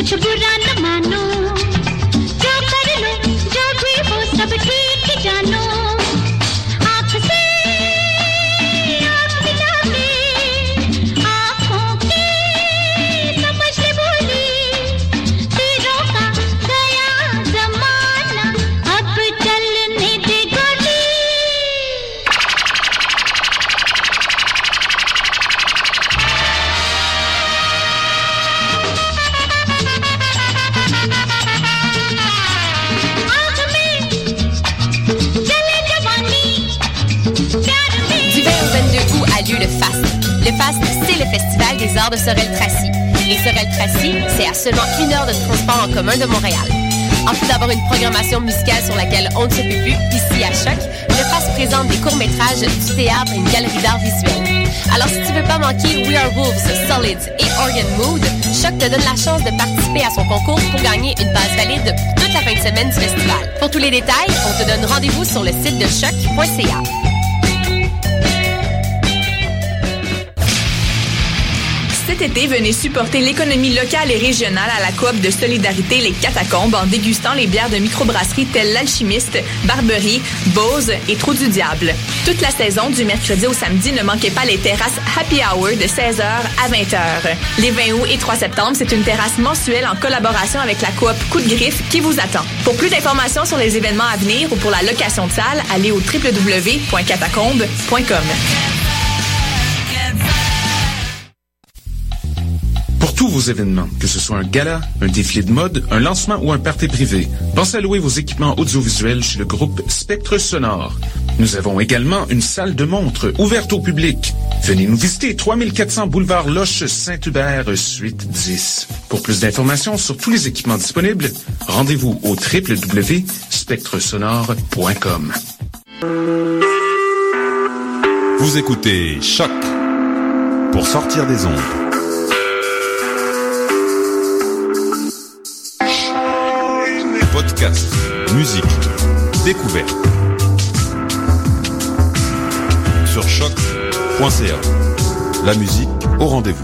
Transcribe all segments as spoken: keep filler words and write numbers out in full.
कुछ बुरा न मानो जो कर लो जो भी हो सब ठीक जानो आँख से आँख मिला के आँखों की समझ ले बोली तीरों का गया जमाना अब चलने दे गोली Le FAST. Le FAST, c'est le Festival des Arts de Sorel-Tracy. Et Sorel-Tracy, c'est à seulement une heure de transport en commun de Montréal. En plus d'avoir une programmation musicale sur laquelle on ne se peut plus, ici à Choc, le FAST présente des courts-métrages, du théâtre et une galerie d'art visuel. Alors si tu veux pas manquer We Are Wolves, Solids et Organ Mood, Choc te donne la chance de participer à son concours pour gagner une base valide pour toute la fin de semaine du festival. Pour tous les détails, on te donne rendez-vous sur le site de choc point c a. Cet été, venez supporter l'économie locale et régionale à la coop de solidarité Les Catacombes en dégustant les bières de microbrasserie telles l'Alchimiste, Barberie, Bose et Trou du Diable. Toute la saison, du mercredi au samedi, ne manquez pas les terrasses Happy Hour de seize heures à vingt heures. Les vingt août et trois septembre, c'est une terrasse mensuelle en collaboration avec la coop Coup de Griffe qui vous attend. Pour plus d'informations sur les événements à venir ou pour la location de salle, allez au w w w point catacombes point com. Pour tous vos événements, que ce soit un gala, un défilé de mode, un lancement ou un party privé, pensez à louer vos équipements audiovisuels chez le groupe Spectre Sonore. Nous avons également une salle de montre ouverte au public. Venez nous visiter, trois mille quatre cents boulevard Loche Saint-Hubert, suite dix. Pour plus d'informations sur tous les équipements disponibles, rendez-vous au w w w point spectre sonore point com. Vous écoutez Choc pour sortir des ondes. Podcast, musique, découverte. Sur choc point c a. La musique au rendez-vous.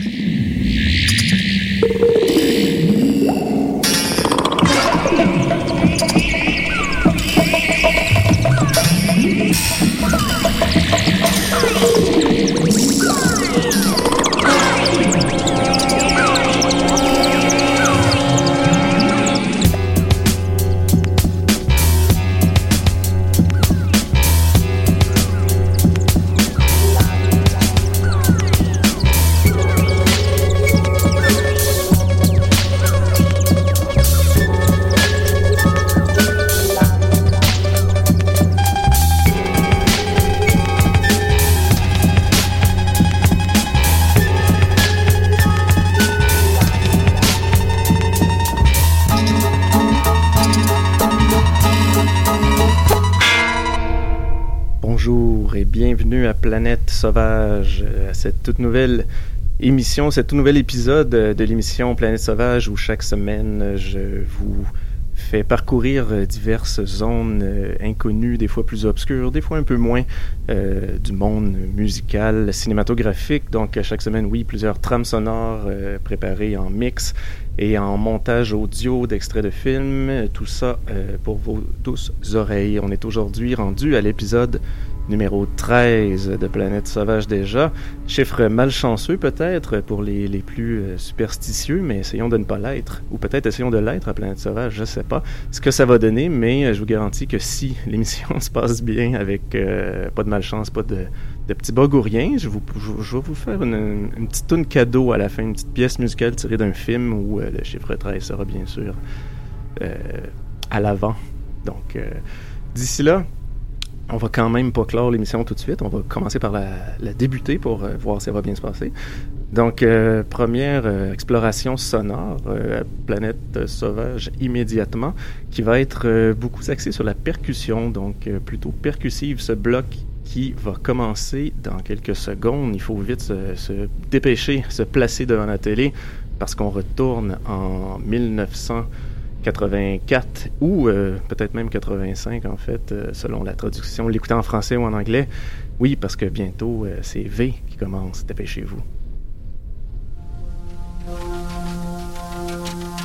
Bienvenue à Planète Sauvage, à cette toute nouvelle émission, cet tout nouvel épisode de l'émission Planète Sauvage où chaque semaine je vous fais parcourir diverses zones inconnues, des fois plus obscures, des fois un peu moins, euh, du monde musical, cinématographique. Donc chaque semaine, oui, plusieurs trames sonores euh, préparées en mix et en montage audio d'extraits de films, tout ça euh, pour vos douces oreilles. On est aujourd'hui rendu à l'épisode numéro treize de Planète Sauvage déjà. Chiffre malchanceux peut-être pour les, les plus euh, superstitieux, mais essayons de ne pas l'être. Ou peut-être essayons de l'être à Planète Sauvage, je sais pas ce que ça va donner, mais euh, je vous garantis que si l'émission se passe bien avec euh, pas de malchance, pas de, de petits bugs ou rien, je, vous, je, je vais vous faire une, une petite toune cadeau à la fin, une petite pièce musicale tirée d'un film où euh, le chiffre treize sera bien sûr euh, à l'avant. Donc euh, d'ici là, on va quand même pas clore l'émission tout de suite. On va commencer par la, la débuter pour euh, voir si ça va bien se passer. Donc, euh, première euh, exploration sonore, euh, Planète Sauvage immédiatement, qui va être euh, beaucoup axée sur la percussion, donc euh, plutôt percussive. Ce bloc qui va commencer dans quelques secondes. Il faut vite se, se dépêcher, se placer devant la télé, parce qu'on retourne en mille neuf cent quatre-vingt-quatre ou euh, peut-être même quatre-vingt-cinq en fait, euh, selon la traduction, l'écouter en français ou en anglais. Oui, parce que bientôt, euh, c'est V qui commence. Dépêchez-vous.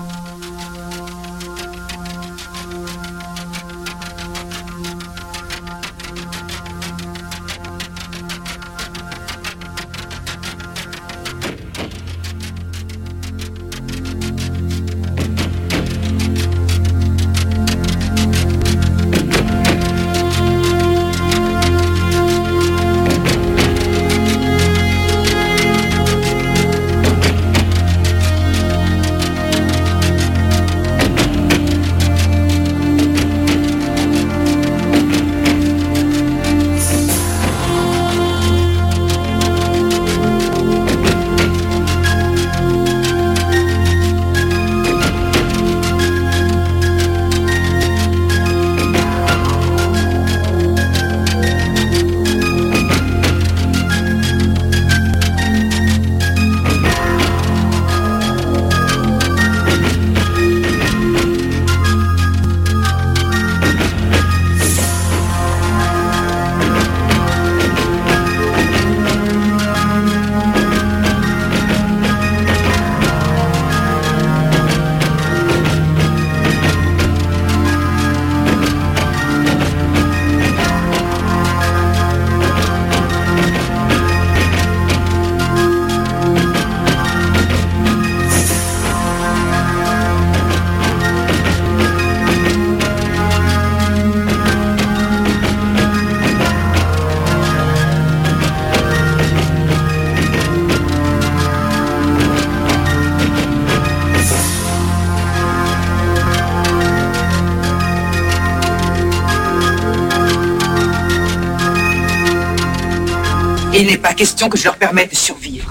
Il n'est pas question que je leur permette de survivre.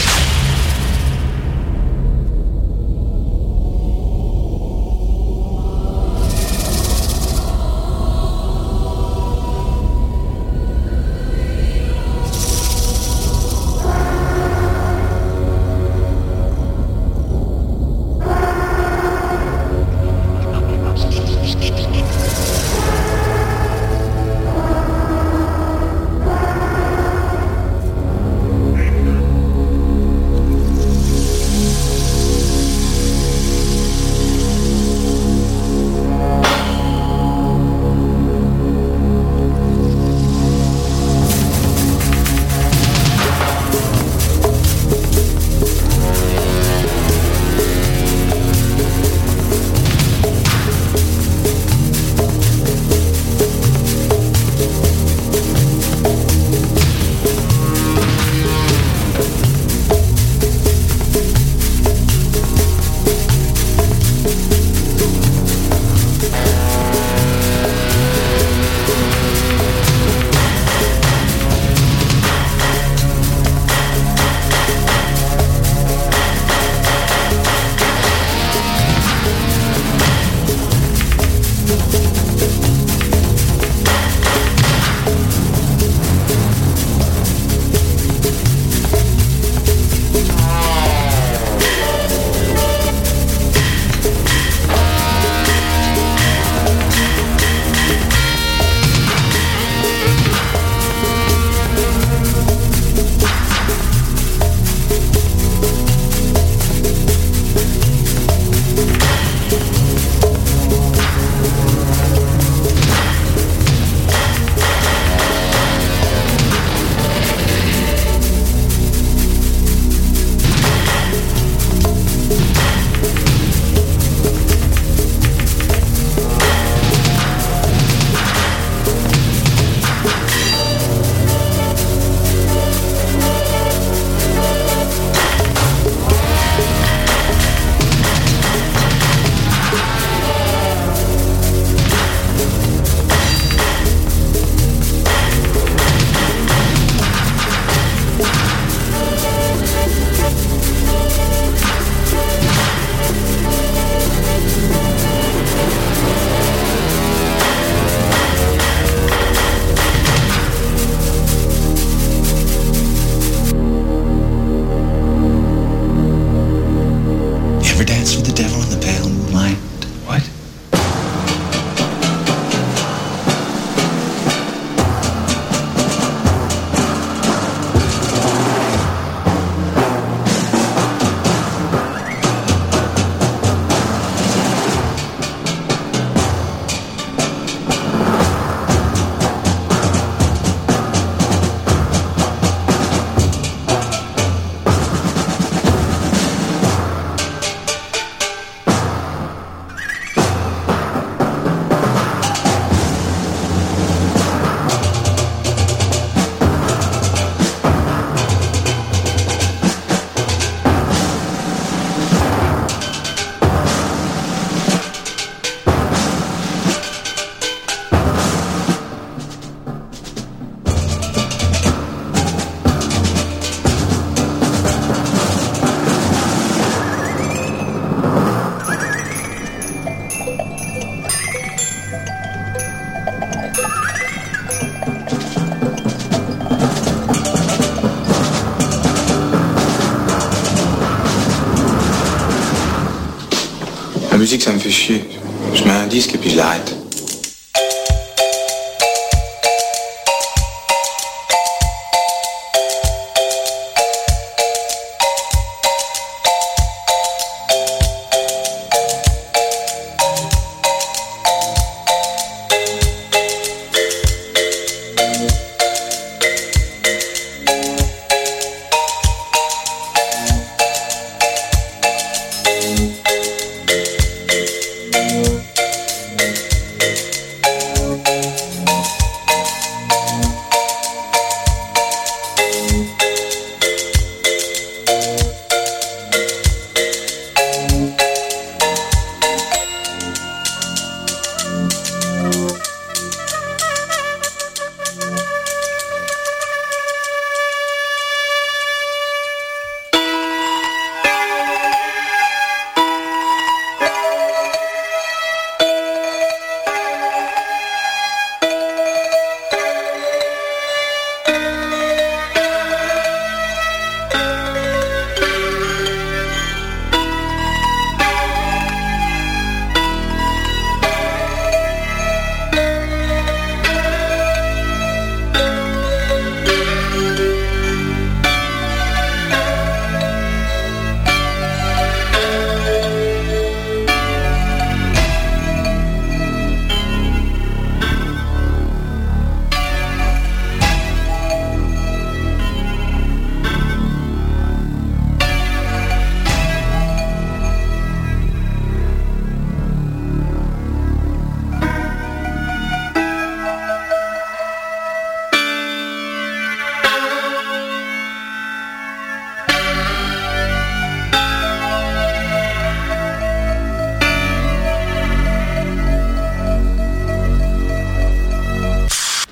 musique, ça me fait chier. Je mets un disque et puis je l'arrête.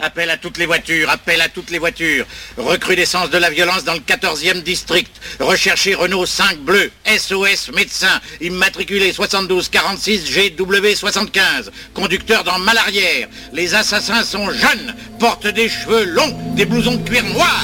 Appel à toutes les voitures, appel à toutes les voitures. Recrudescence de la violence dans le quatorzième district. Recherchez Renault cinq bleu. S O S médecin. Immatriculé soixante-douze quarante-six G W soixante-quinze. Conducteur dans mal arrière. Les assassins sont jeunes, portent des cheveux longs, des blousons de cuir noir.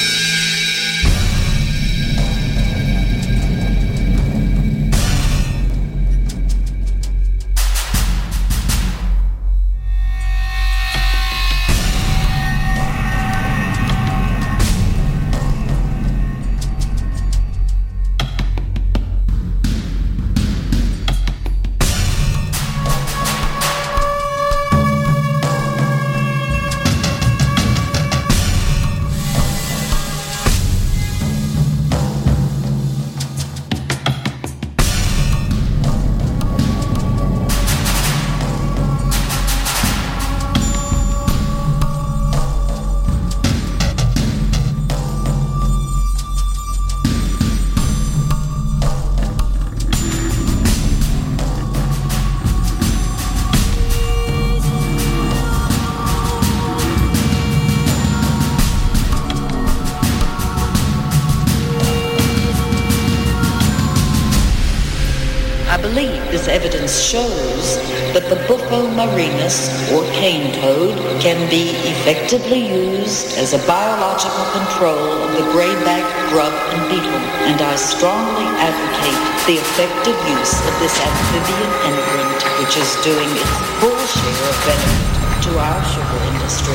Shows that the Buffomarinus, or cane toad, can be effectively used as a biological control of the grayback grub and beetle, and I strongly advocate the effective use of this amphibian immigrant, which is doing its full share of benefit to our sugar industry.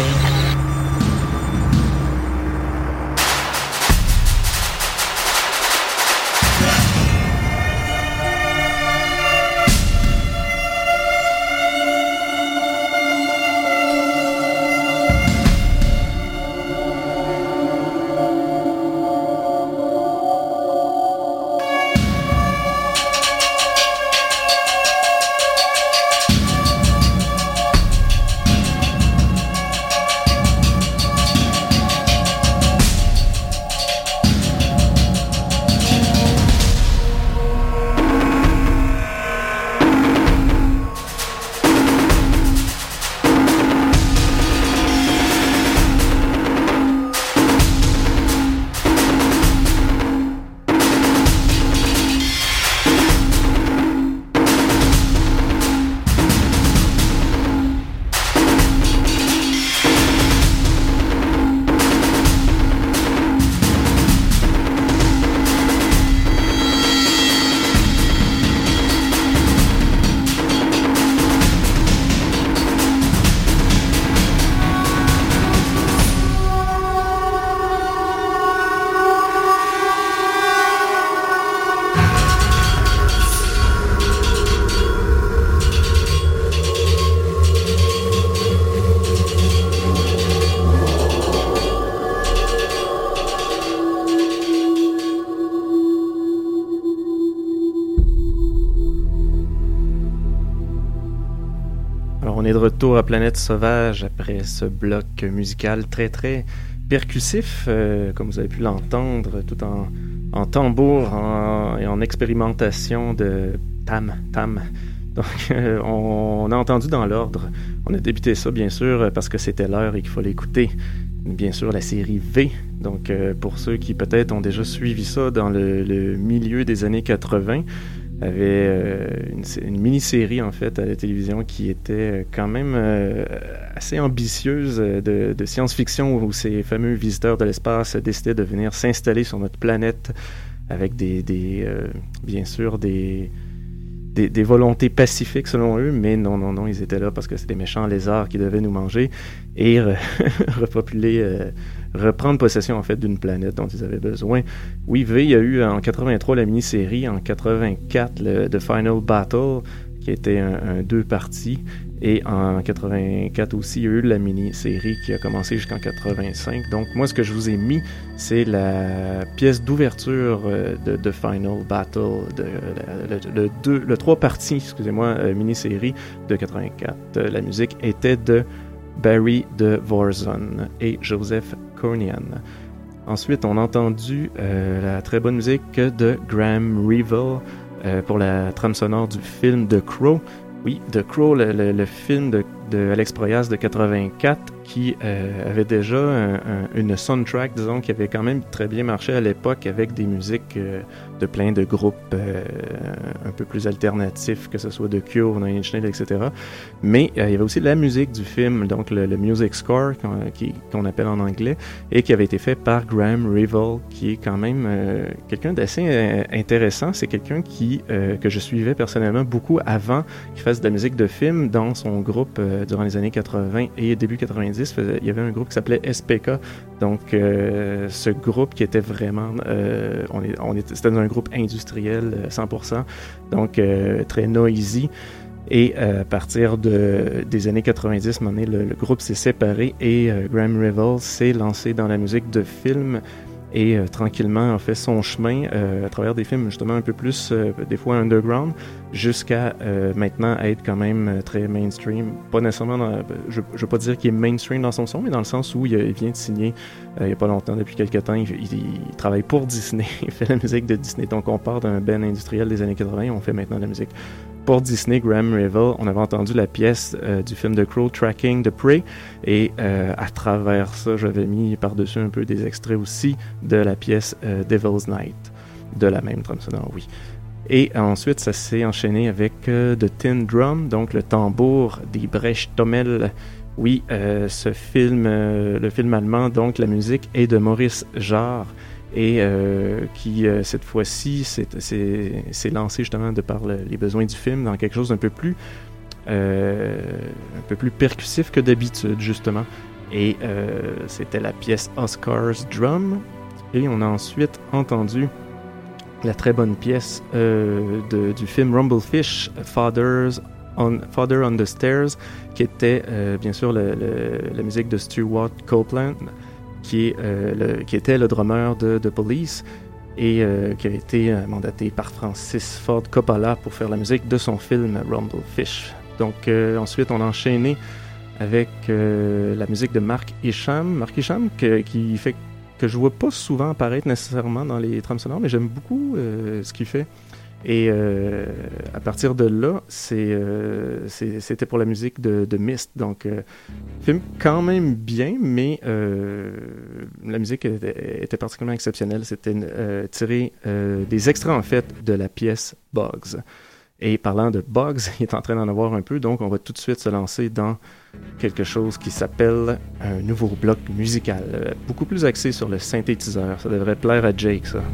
De retour à Planète Sauvage après ce bloc musical très très percussif, euh, comme vous avez pu l'entendre, tout en, en tambour en, et en expérimentation de tam tam. Donc euh, on, on a entendu dans l'ordre, on a débuté ça bien sûr parce que c'était l'heure et qu'il fallait écouter bien sûr la série V. Donc euh, pour ceux qui peut-être ont déjà suivi ça dans le, le milieu des années quatre-vingts, avait euh, une, une mini-série en fait à la télévision qui était quand même euh, assez ambitieuse de, de science-fiction où ces fameux visiteurs de l'espace décidaient de venir s'installer sur notre planète avec des, des euh, bien sûr des, des des volontés pacifiques selon eux, mais non non non ils étaient là parce que c'est des méchants lézards qui devaient nous manger et re- repopuler euh, reprendre possession en fait d'une planète dont ils avaient besoin. Oui, V, il y a eu en quatre-vingt-trois la mini-série, en quatre-vingt-quatre le The Final Battle qui était un, un deux parties, et en quatre-vingt-quatre aussi il y a eu la mini-série qui a commencé jusqu'en quatre-vingt-cinq. Donc moi ce que je vous ai mis c'est la pièce d'ouverture de The Final Battle, de, le, le, deux, le trois parties, excusez-moi, euh, mini-série de quatre-vingt-quatre. La musique était de Barry DeVorzon et Joseph Cornian. Ensuite, on a entendu euh, la très bonne musique de Graham Revell euh, pour la trame sonore du film The Crow. Oui, The Crow, le, le, le film de, de Alex Proyas de quatre-vingt-quatre, qui euh, avait déjà un, un, une soundtrack, disons, qui avait quand même très bien marché à l'époque avec des musiques euh, de plein de groupes euh, un peu plus alternatifs, que ce soit The Cure, Nine Inch Nails, et cetera. Mais euh, il y avait aussi la musique du film, donc le, le music score qu'on, qui, qu'on appelle en anglais, et qui avait été fait par Graham Revell, qui est quand même euh, quelqu'un d'assez euh, intéressant. C'est quelqu'un qui euh, que je suivais personnellement beaucoup avant qu'il fasse de la musique de film dans son groupe euh, durant les années quatre-vingts et début quatre-vingt-dix. Il y avait un groupe qui s'appelait S P K. Donc, euh, ce groupe qui était vraiment... Euh, on est, on est, c'était un groupe industriel euh, cent pour cent, donc euh, très noisy. Et euh, à partir de, des années quatre-vingt-dix, à un moment donné, le, le groupe s'est séparé et euh, Graham Revell s'est lancé dans la musique de film et euh, tranquillement a fait son chemin euh, à travers des films justement un peu plus, euh, des fois underground, jusqu'à euh, maintenant être quand même euh, très mainstream. Pas nécessairement, dans, je ne veux pas dire qu'il est mainstream dans son son, mais dans le sens où il, il vient de signer euh, il n'y a pas longtemps, depuis quelques temps, il, il, il travaille pour Disney, il fait la musique de Disney. Donc on part d'un band industriel des années quatre-vingts, on fait maintenant de la musique pour Disney. Graham Revell, on avait entendu la pièce euh, du film The Crow, Tracking the Prey, et euh, à travers ça, j'avais mis par-dessus un peu des extraits aussi de la pièce euh, Devil's Night, de la même trame sonore, oui. Et ensuite, ça s'est enchaîné avec euh, The Tin Drum, donc le tambour d'Ibrecht Tommel. Oui, euh, ce film, euh, le film allemand, donc la musique est de Maurice Jarre, et euh, qui, euh, cette fois-ci, s'est, s'est, s'est lancé justement de par le, les besoins du film dans quelque chose d'un peu plus, euh, un peu plus percussif que d'habitude, justement. Et euh, c'était la pièce Oscar's Drum. Et on a ensuite entendu la très bonne pièce euh, de, du film Rumblefish, Fathers on, Father on the Stairs, qui était euh, bien sûr le, le, la musique de Stuart Copeland, qui, est, euh, le, qui était le drummer de The Police et euh, qui a été euh, mandaté par Francis Ford Coppola pour faire la musique de son film Rumblefish. Donc euh, ensuite on a enchaîné avec euh, la musique de Mark Isham. Mark Isham que, qui fait que je vois pas souvent apparaître nécessairement dans les trames sonores, mais j'aime beaucoup euh, ce qu'il fait. Et euh, à partir de là, c'est, euh, c'est, c'était pour la musique de, de Myst. Donc, euh, film quand même bien, mais euh, la musique était, était particulièrement exceptionnelle. C'était euh, tiré euh, des extraits, en fait, de la pièce Bugs. Et parlant de Bugs, il est en train d'en avoir un peu, donc on va tout de suite se lancer dans quelque chose qui s'appelle un nouveau bloc musical, euh, beaucoup plus axé sur le synthétiseur. Ça devrait plaire à Jake, ça.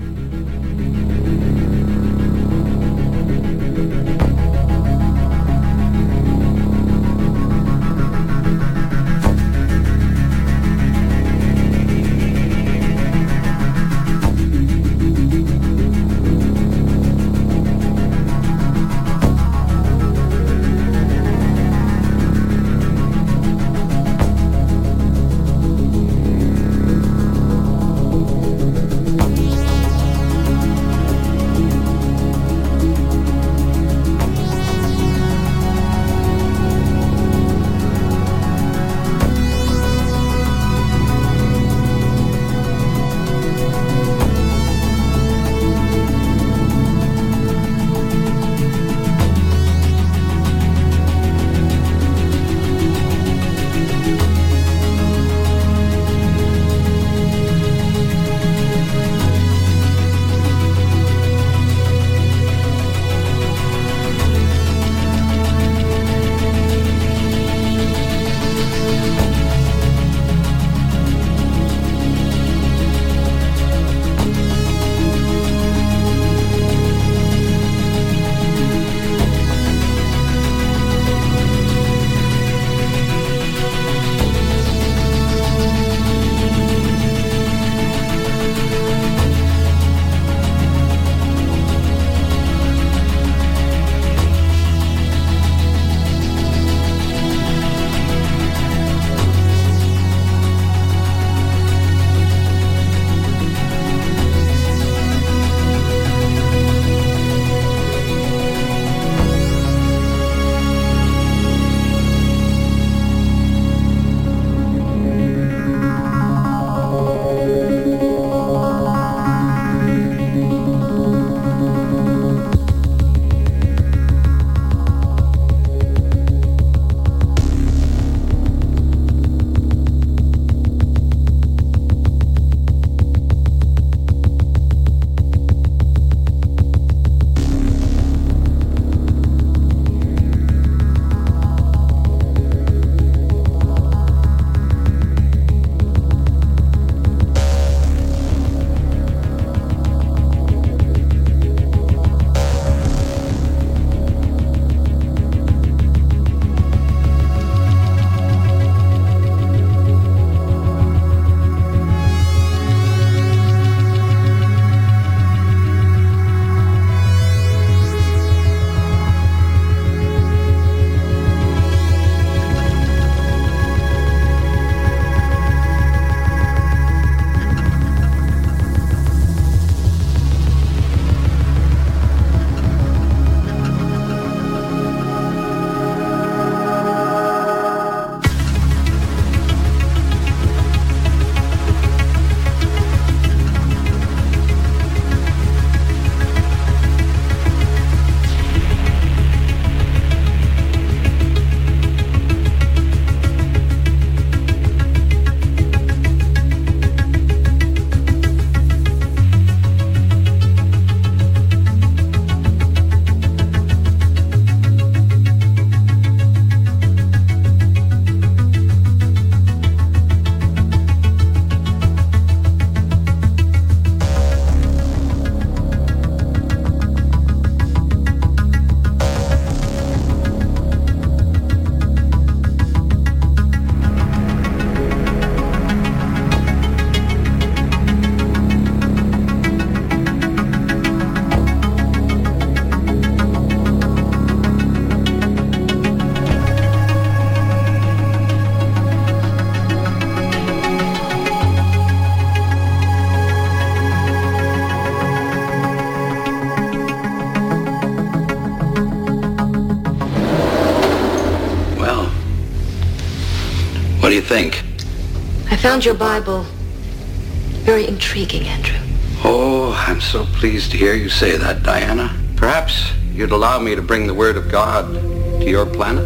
think? I found your Bible very intriguing, Andrew. Oh, I'm so pleased to hear you say that, Diana. Perhaps you'd allow me to bring the word of God to your planet?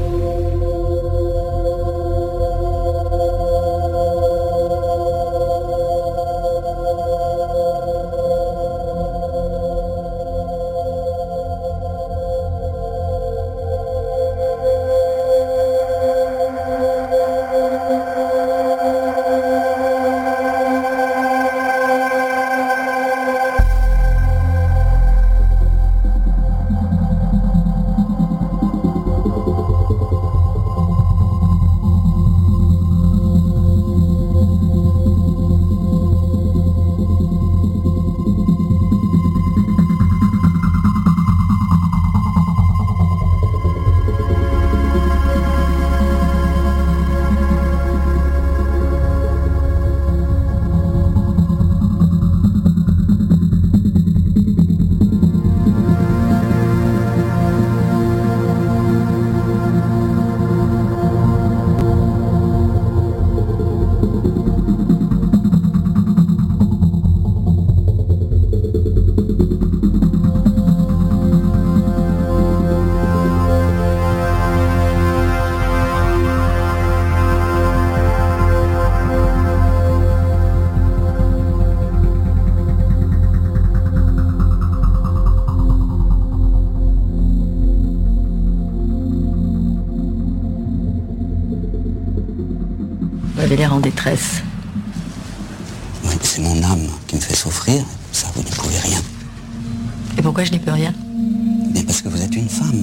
Vous avez l'air en détresse. Oui, c'est mon âme qui me fait souffrir. Ça, vous n'y pouvez rien. Et pourquoi je n'y peux rien? Mais parce que vous êtes une femme.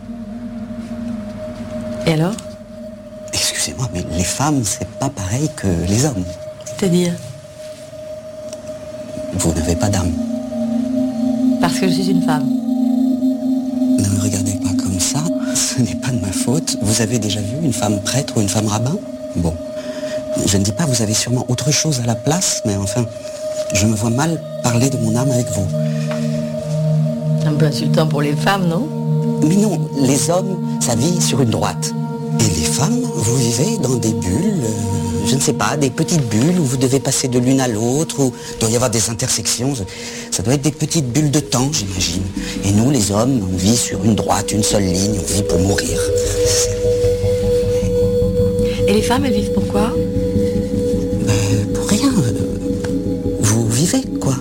Et alors? Excusez-moi, mais les femmes, c'est pas pareil que les hommes. C'est-à-dire? Vous n'avez pas d'âme. Parce que je suis une femme. Ne me regardez pas comme ça. Ce n'est pas de ma faute. Vous avez déjà vu une femme prêtre ou une femme rabbin? Bon. Je ne dis pas, vous avez sûrement autre chose à la place, mais enfin, je me vois mal parler de mon âme avec vous. Un peu insultant pour les femmes, non? Mais non, les hommes, ça vit sur une droite. Et les femmes, vous vivez dans des bulles, euh, je ne sais pas, des petites bulles où vous devez passer de l'une à l'autre, où il doit y avoir des intersections. Ça doit être des petites bulles de temps, j'imagine. Et nous, les hommes, on vit sur une droite, une seule ligne, on vit pour mourir. Et les femmes, elles vivent pourquoi? Euh, pour rien. Vous vivez, quoi.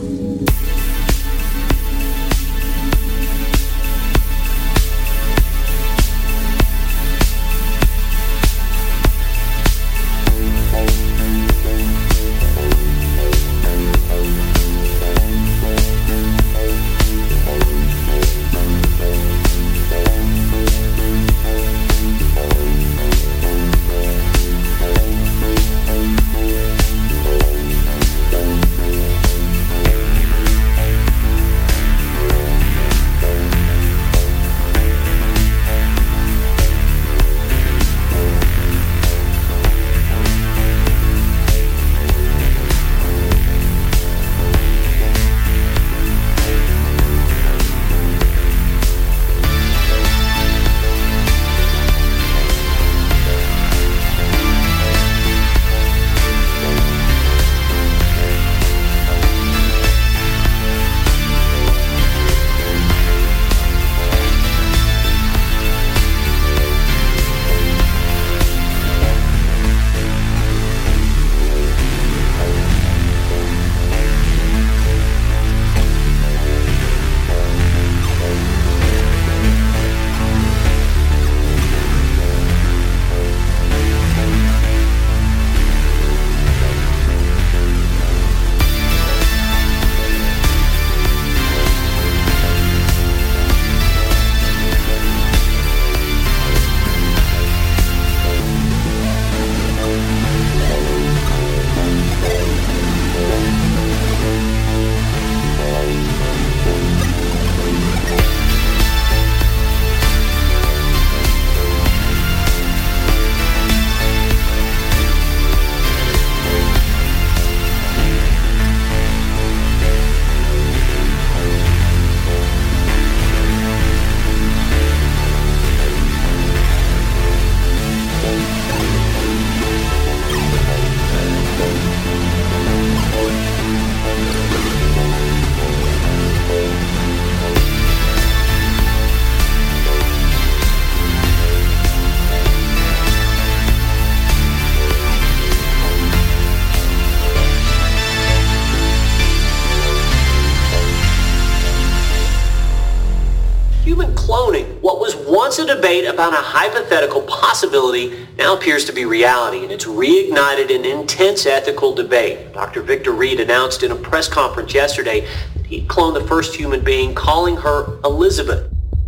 Human cloning, what was once a debate about a hypothetical possibility, now appears to be reality, and it's reignited an intense ethical debate. Doctor Victor Reed announced in a press conference yesterday that he'd cloned the first human being, calling her Elizabeth.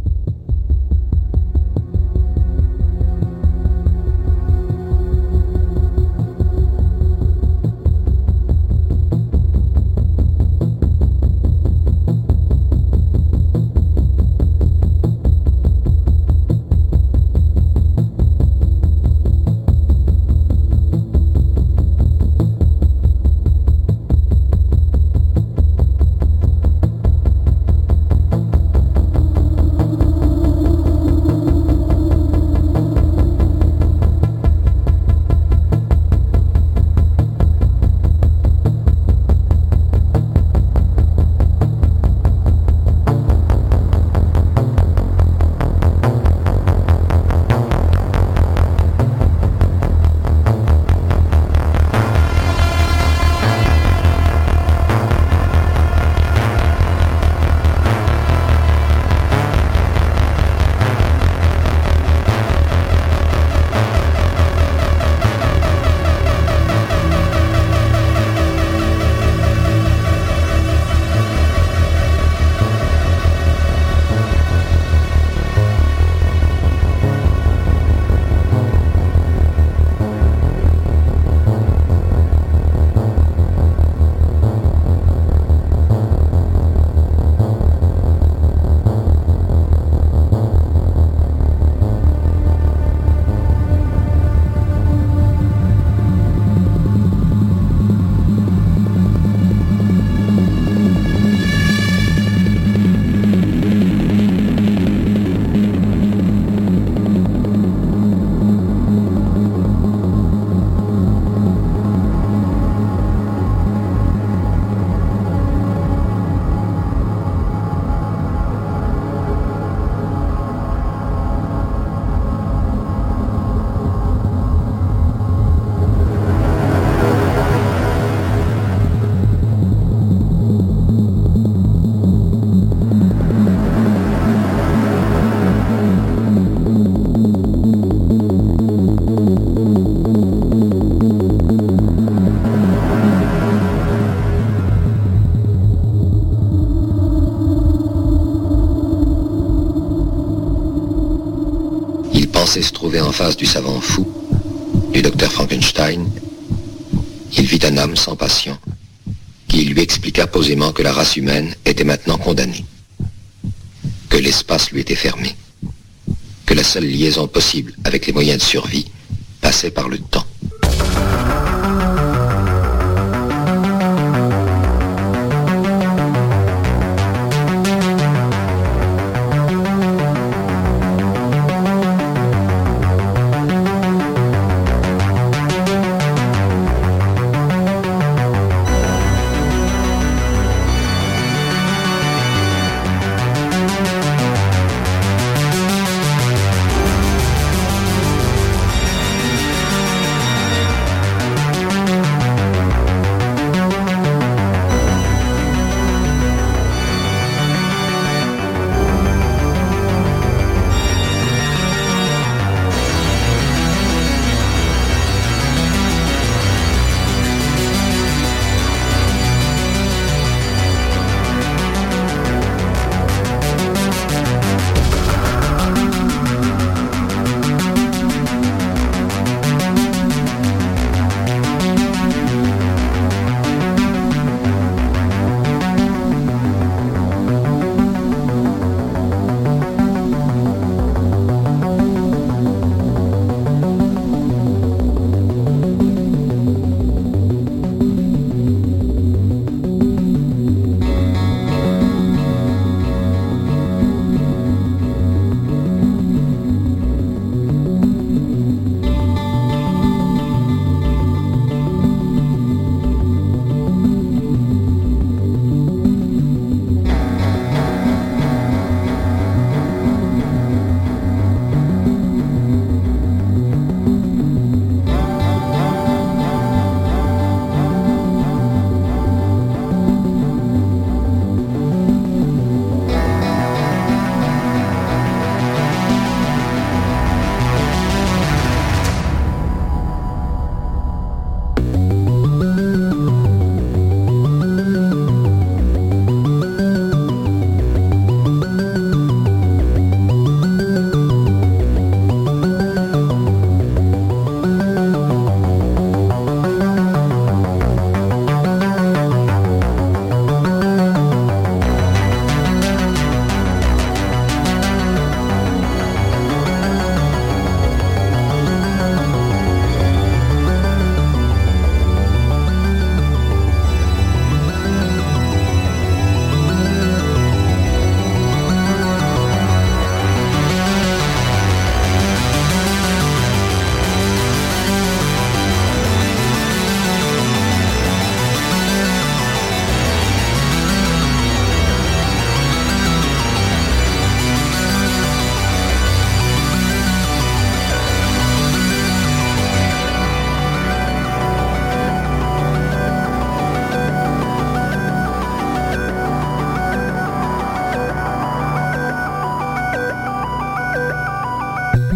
Se trouvait en face du savant fou, du docteur Frankenstein. Il vit un homme sans passion, qui lui expliqua posément que la race humaine était maintenant condamnée, que l'espace lui était fermé, que la seule liaison possible avec les moyens de survie passait par le temps.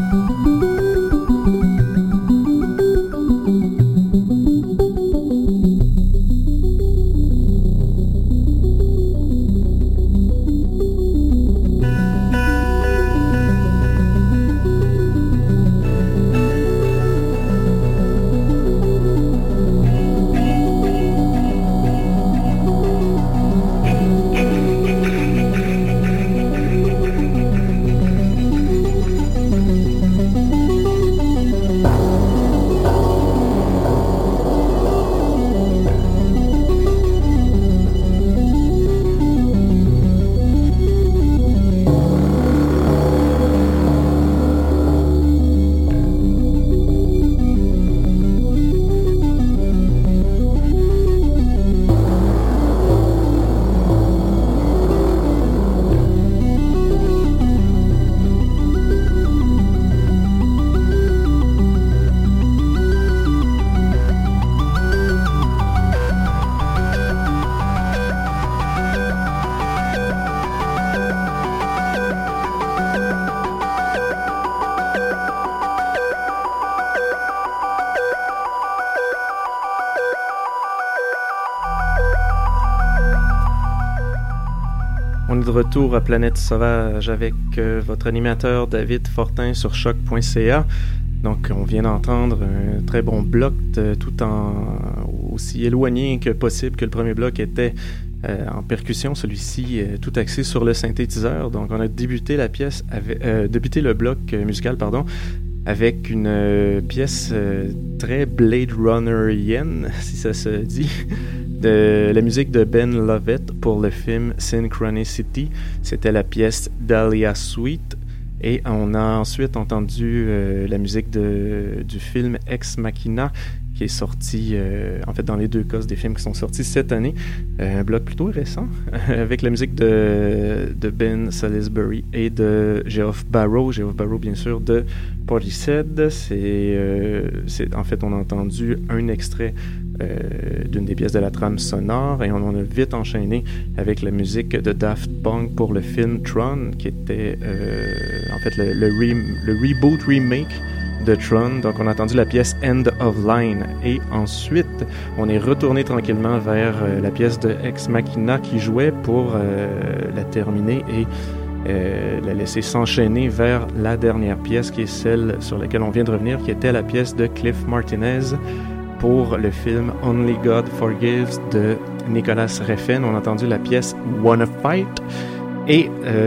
On est de retour à Planète Sauvage avec euh, votre animateur David Fortin sur choc point c a. Donc, on vient d'entendre un très bon bloc, de, tout en aussi éloigné que possible que le premier bloc était euh, en percussion. Celui-ci euh, tout axé sur le synthétiseur. Donc, on a débuté la pièce, avec, euh, débuté le bloc euh, musical, pardon, avec une euh, pièce euh, très Blade Runner-ienne, si ça se dit, de la musique de Ben Lovett pour le film Synchronicity. C'était la pièce Dahlia Suite. Et on a ensuite entendu euh, la musique de, du film Ex Machina, qui est sorti, euh, en fait, dans les deux cas, des films qui sont sortis cette année. Euh, un bloc plutôt récent, avec la musique de, de Ben Salisbury et de Geoff Barrow. Geoff Barrow, bien sûr, de Portishead. C'est, euh, c'est, en fait, on a entendu un extrait euh, d'une des pièces de la trame sonore et on en a vite enchaîné avec la musique de Daft Punk pour le film Tron, qui était, euh, en fait, le, le, re, le reboot remake de Tron. Donc on a entendu la pièce End of Line et ensuite on est retourné tranquillement vers euh, la pièce de Ex Machina qui jouait pour euh, la terminer et euh, la laisser s'enchaîner vers la dernière pièce qui est celle sur laquelle on vient de revenir, qui était la pièce de Cliff Martinez pour le film Only God Forgives de Nicolas Refn. On a entendu la pièce Wanna Fight. Et,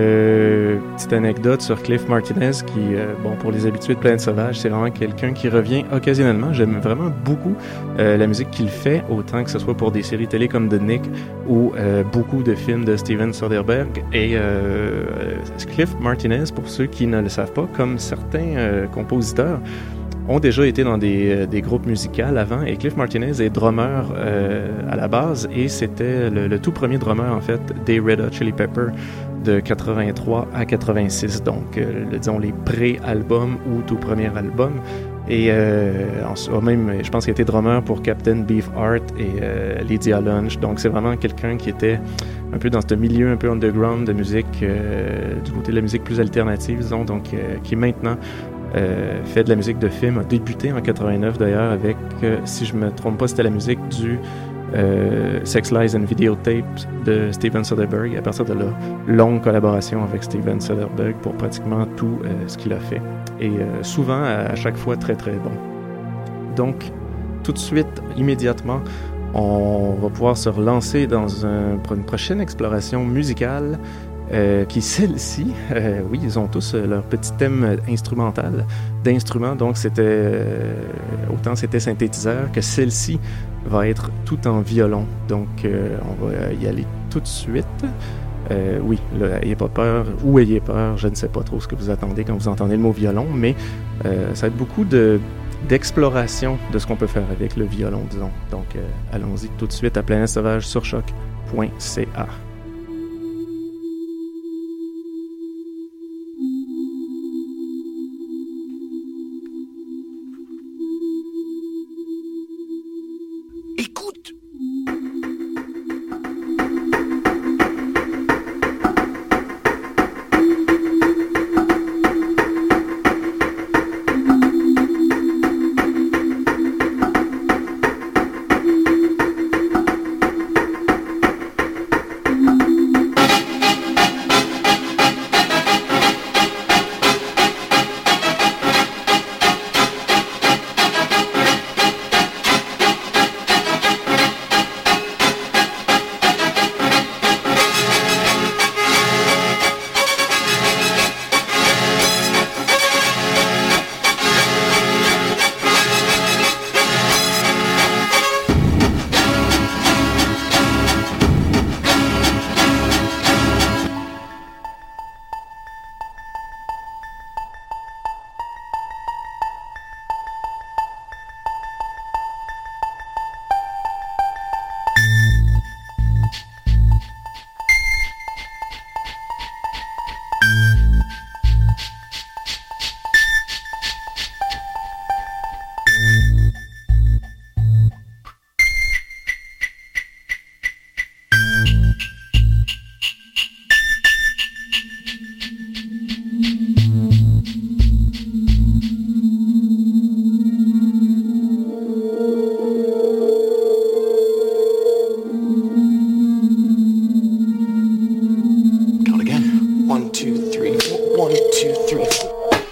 euh, petite anecdote sur Cliff Martinez, qui, euh, bon, pour les habitués de Planète Sauvage, c'est vraiment quelqu'un qui revient occasionnellement. J'aime vraiment beaucoup euh, la musique qu'il fait, autant que ce soit pour des séries télé comme The Nick ou euh, beaucoup de films de Steven Soderbergh. Et euh, Cliff Martinez, pour ceux qui ne le savent pas, comme certains euh, compositeurs, ont déjà été dans des, des groupes musicaux avant, et Cliff Martinez est drummer euh, à la base, et c'était le, le tout premier drummer, en fait, des Red Hot Chili Peppers de quatre-vingt-trois à quatre-vingt-six, donc euh, le, disons les pré-albums ou tout premier album. Et euh, en, même, je pense qu'il a été drummer pour Captain Beefheart et euh, Lydia Lunch, donc c'est vraiment quelqu'un qui était un peu dans ce milieu un peu underground de musique, euh, du côté de la musique plus alternative, disons, donc euh, qui maintenant Euh, fait de la musique de film, a débuté en quatre-vingt-neuf d'ailleurs avec, euh, si je me trompe pas, c'était la musique du euh, Sex, Lies and Videotapes de Steven Soderbergh. À partir de là, longue collaboration avec Steven Soderbergh pour pratiquement tout euh, ce qu'il a fait. Et euh, souvent, à, à chaque fois, très très bon. Donc, tout de suite, immédiatement, on va pouvoir se relancer dans un, une prochaine exploration musicale. Euh, qui celle-ci, euh, oui, ils ont tous euh, leur petit thème instrumental d'instruments, donc c'était euh, autant c'était synthétiseur que celle-ci va être tout en violon. Donc euh, on va y aller tout de suite. Euh, oui, là, ayez pas peur ou ayez peur, je ne sais pas trop ce que vous attendez quand vous entendez le mot violon, mais euh, ça va être beaucoup de d'exploration de ce qu'on peut faire avec le violon, disons. Donc euh, allons-y tout de suite à Planète Sauvage sur choc point c a. two, three, four.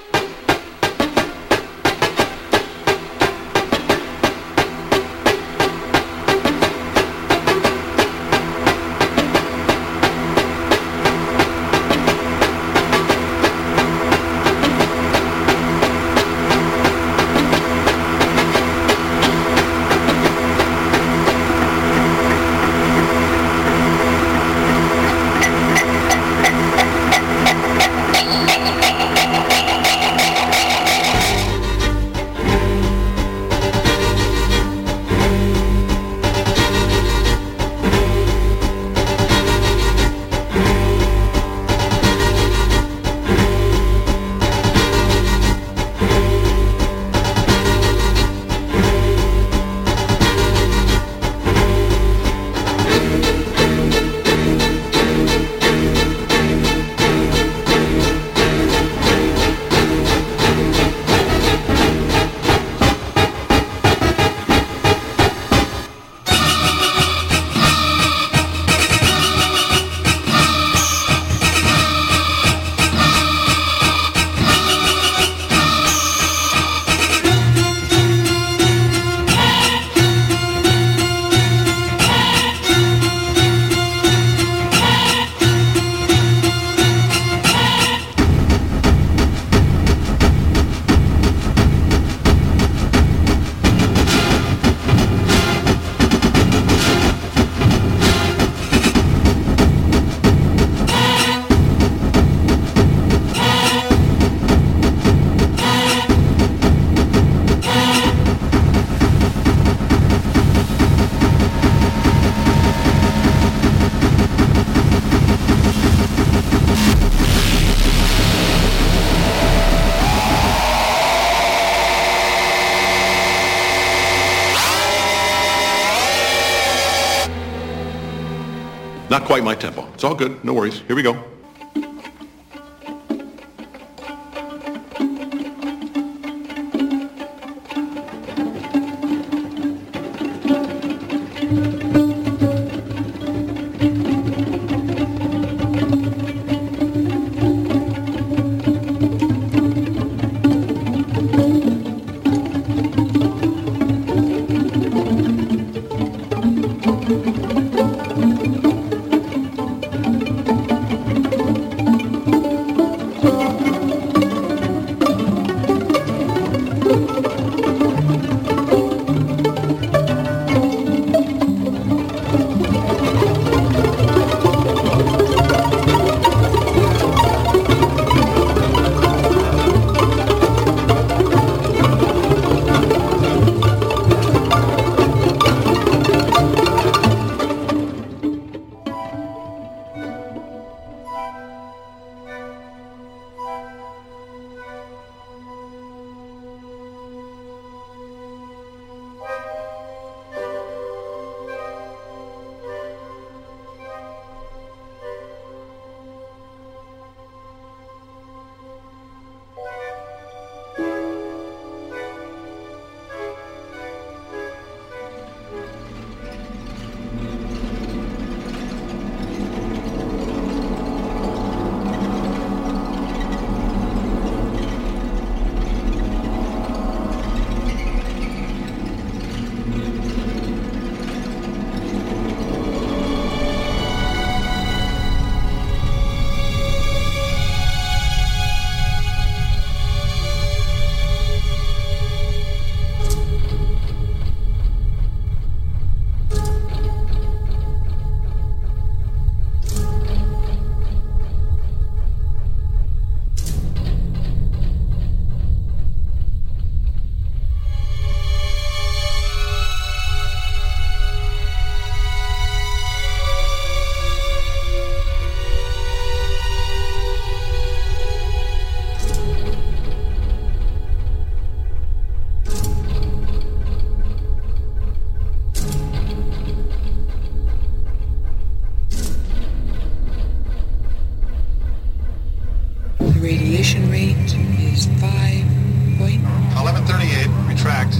Not quite my tempo. It's all good. No worries. Here we go. Radiation rate is five point... eleven thirty-eight, retract.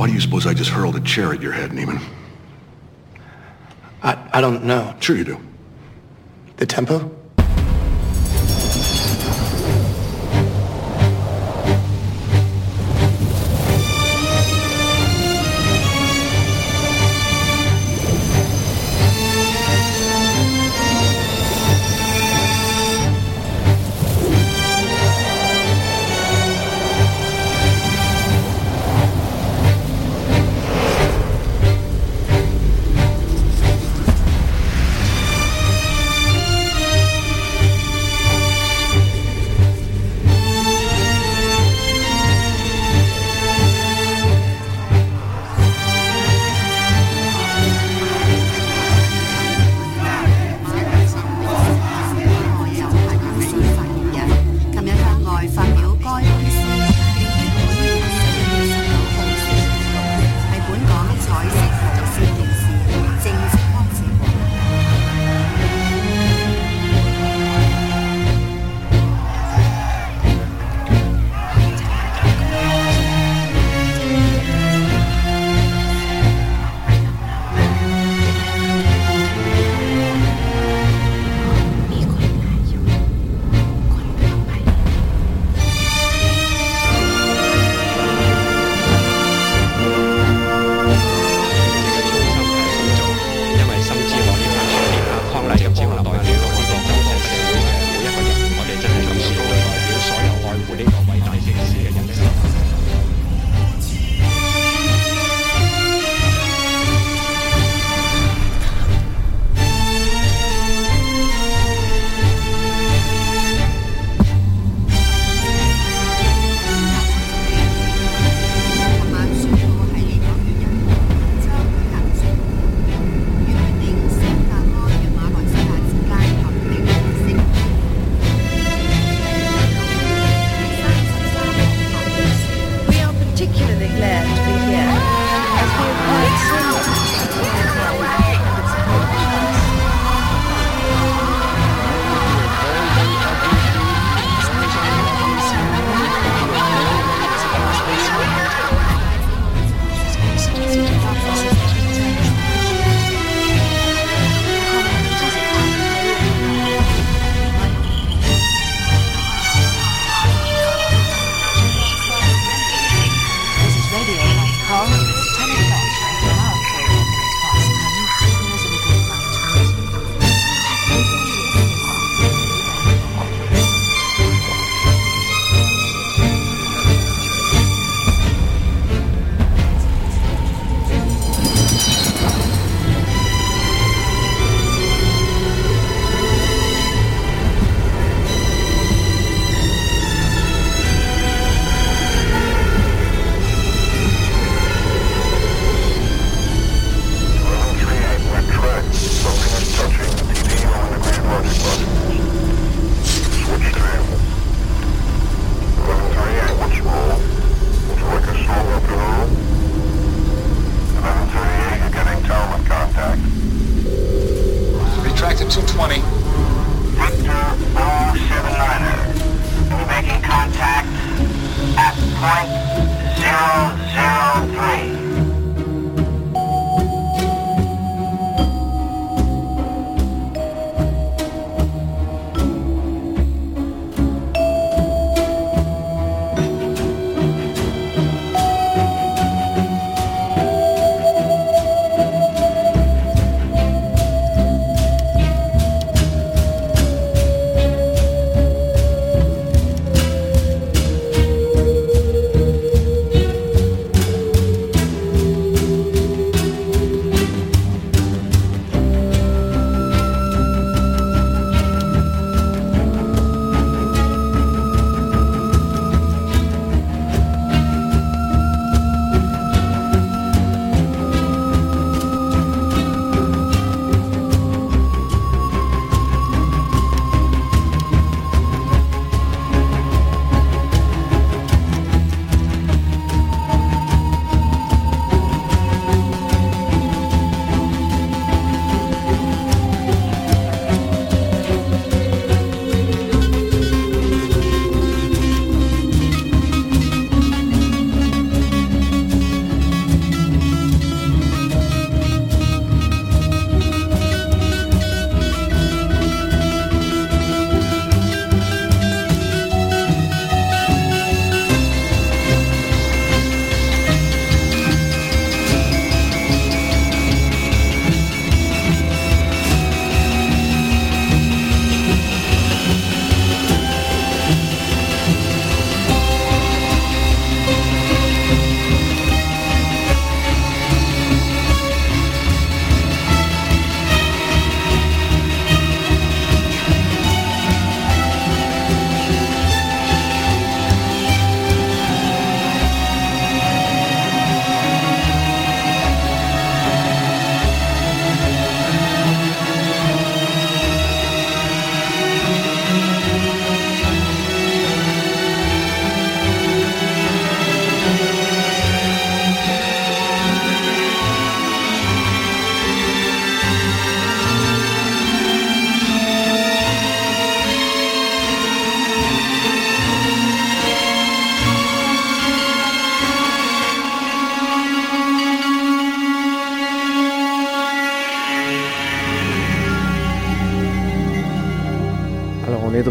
Why do you suppose I just hurled a chair at your head, Neiman? I, I don't know. Sure you do. The tempo?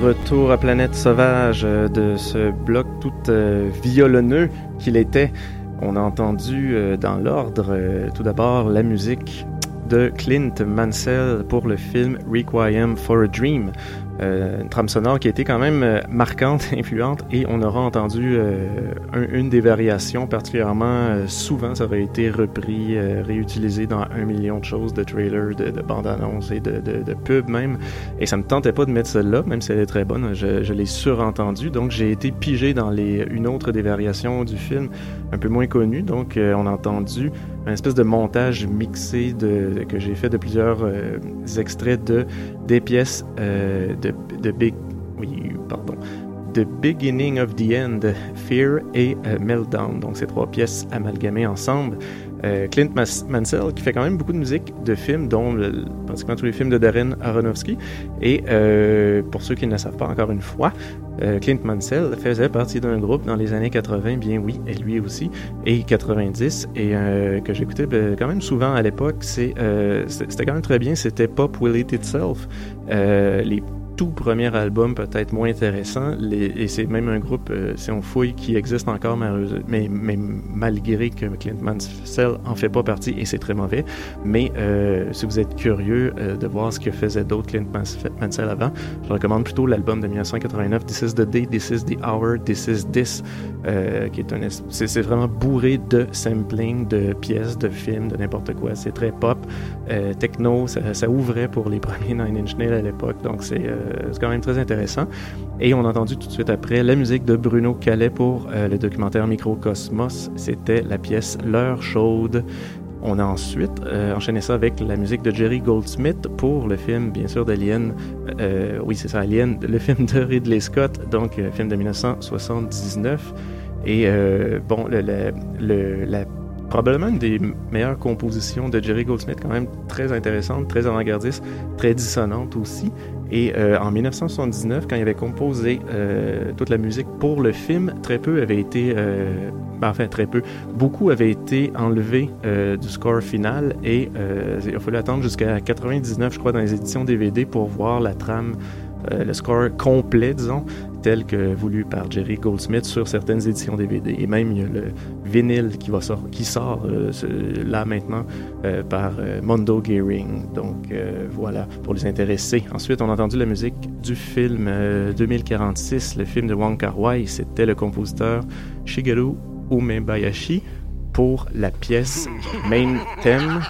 retour à Planète Sauvage euh, de ce bloc tout euh, violonneux qu'il était. On a entendu euh, dans l'ordre euh, tout d'abord la musique de Clint Mansell pour le film Requiem for a Dream. Euh, une trame sonore qui a été quand même euh, marquante, influente, et on aura entendu euh, un, une des variations particulièrement euh, souvent. Ça aurait été repris, euh, réutilisé dans un million de choses, de trailers, de, de bandes-annonces et de, de, de pubs même. Et ça me tentait pas de mettre celle-là, même si elle est très bonne. Je, je l'ai surentendue, donc j'ai été pigé dans les, une autre des variations du film, un peu moins connue. Donc euh, on a entendu un espèce de montage mixé de, de, que j'ai fait de plusieurs euh, extraits de des pièces euh, de, de Big, oui, pardon, The Beginning of the End, Fear et euh, Meltdown. Donc ces trois pièces amalgamées ensemble. Euh, Clint Mas- Mansell qui fait quand même beaucoup de musique de films, dont le, pratiquement tous les films de Darren Aronofsky. Et euh, pour ceux qui ne le savent pas encore une fois, euh, Clint Mansell faisait partie d'un groupe dans les années quatre-vingts, bien oui, et lui aussi, et quatre-vingt-dix, et euh, que j'écoutais ben, quand même souvent à l'époque. C'est, euh, c'était quand même très bien, c'était Pop Will Eat Itself. Euh, les tout premier album peut-être moins intéressant, les, et c'est même un groupe, euh, si on fouille, qui existe encore, mais, mais malgré que Clint Mansell en fait pas partie, et c'est très mauvais. Mais euh, si vous êtes curieux euh, de voir ce que faisait d'autres Clint Mansell avant, je recommande plutôt l'album de dix-neuf cent quatre-vingt-neuf, This is the Day, This is the Hour, This is This, euh, qui est un, c'est, c'est vraiment bourré de sampling, de pièces, de films, de n'importe quoi. C'est très pop, euh, techno, ça, ça ouvrait pour les premiers Nine Inch Nails à l'époque, donc c'est euh, c'est quand même très intéressant. Et on a entendu tout de suite après la musique de Bruno Calais pour euh, le documentaire Microcosmos. C'était la pièce L'heure chaude. On a ensuite euh, enchaîné ça avec la musique de Jerry Goldsmith pour le film, bien sûr, d'Alien. Euh, oui, c'est ça, Alien, le film de Ridley Scott, donc euh, film de dix-neuf cent soixante-dix-neuf. Et euh, bon, le, le, le, la probablement une des meilleures compositions de Jerry Goldsmith, quand même très intéressante, très avant-gardiste, très dissonante aussi. Et euh, en dix-neuf cent soixante-dix-neuf, quand il avait composé euh, toute la musique pour le film, très peu avait été, euh, ben, enfin très peu, beaucoup avait été enlevé euh, du score final, et euh, il a fallu attendre jusqu'à quatre-vingt-dix-neuf, je crois, dans les éditions D V D pour voir la trame, euh, le score complet, disons, tel que voulu par Jerry Goldsmith sur certaines éditions D V D. Et même, il y a le vinyle qui, va sort, qui sort euh, ce, là maintenant euh, par euh, Mondo Gearing. Donc euh, voilà, pour les intéressés. Ensuite, on a entendu la musique du film euh, deux mille quarante-six, le film de Wong Kar-wai. C'était le compositeur Shigeru Umebayashi pour la pièce Main Theme.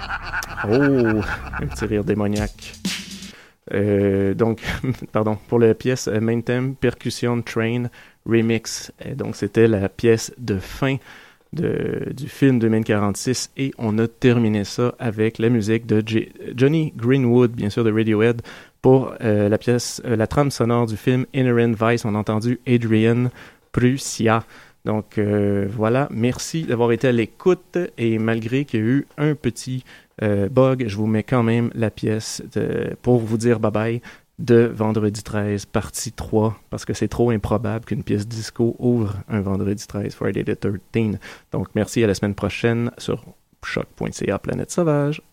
Oh, un petit rire démoniaque. Euh, donc, pardon, pour la pièce euh, Main Theme Percussion Train Remix. Et donc, c'était la pièce de fin de, du film deux mille quarante-six, et on a terminé ça avec la musique de J- Johnny Greenwood, bien sûr, de Radiohead, pour euh, la pièce, euh, la trame sonore du film Inherent Vice. On a entendu Adrian Prussia. Donc euh, voilà, merci d'avoir été à l'écoute, et malgré qu'il y a eu un petit euh, bug, je vous mets quand même la pièce de, pour vous dire bye bye de Vendredi treize, partie trois, parce que c'est trop improbable qu'une pièce disco ouvre un Vendredi treize, Friday the thirteenth. Donc merci, à la semaine prochaine sur choc point c a Planète Sauvage.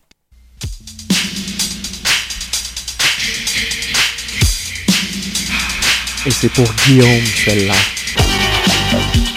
Et c'est pour Guillaume, celle-là.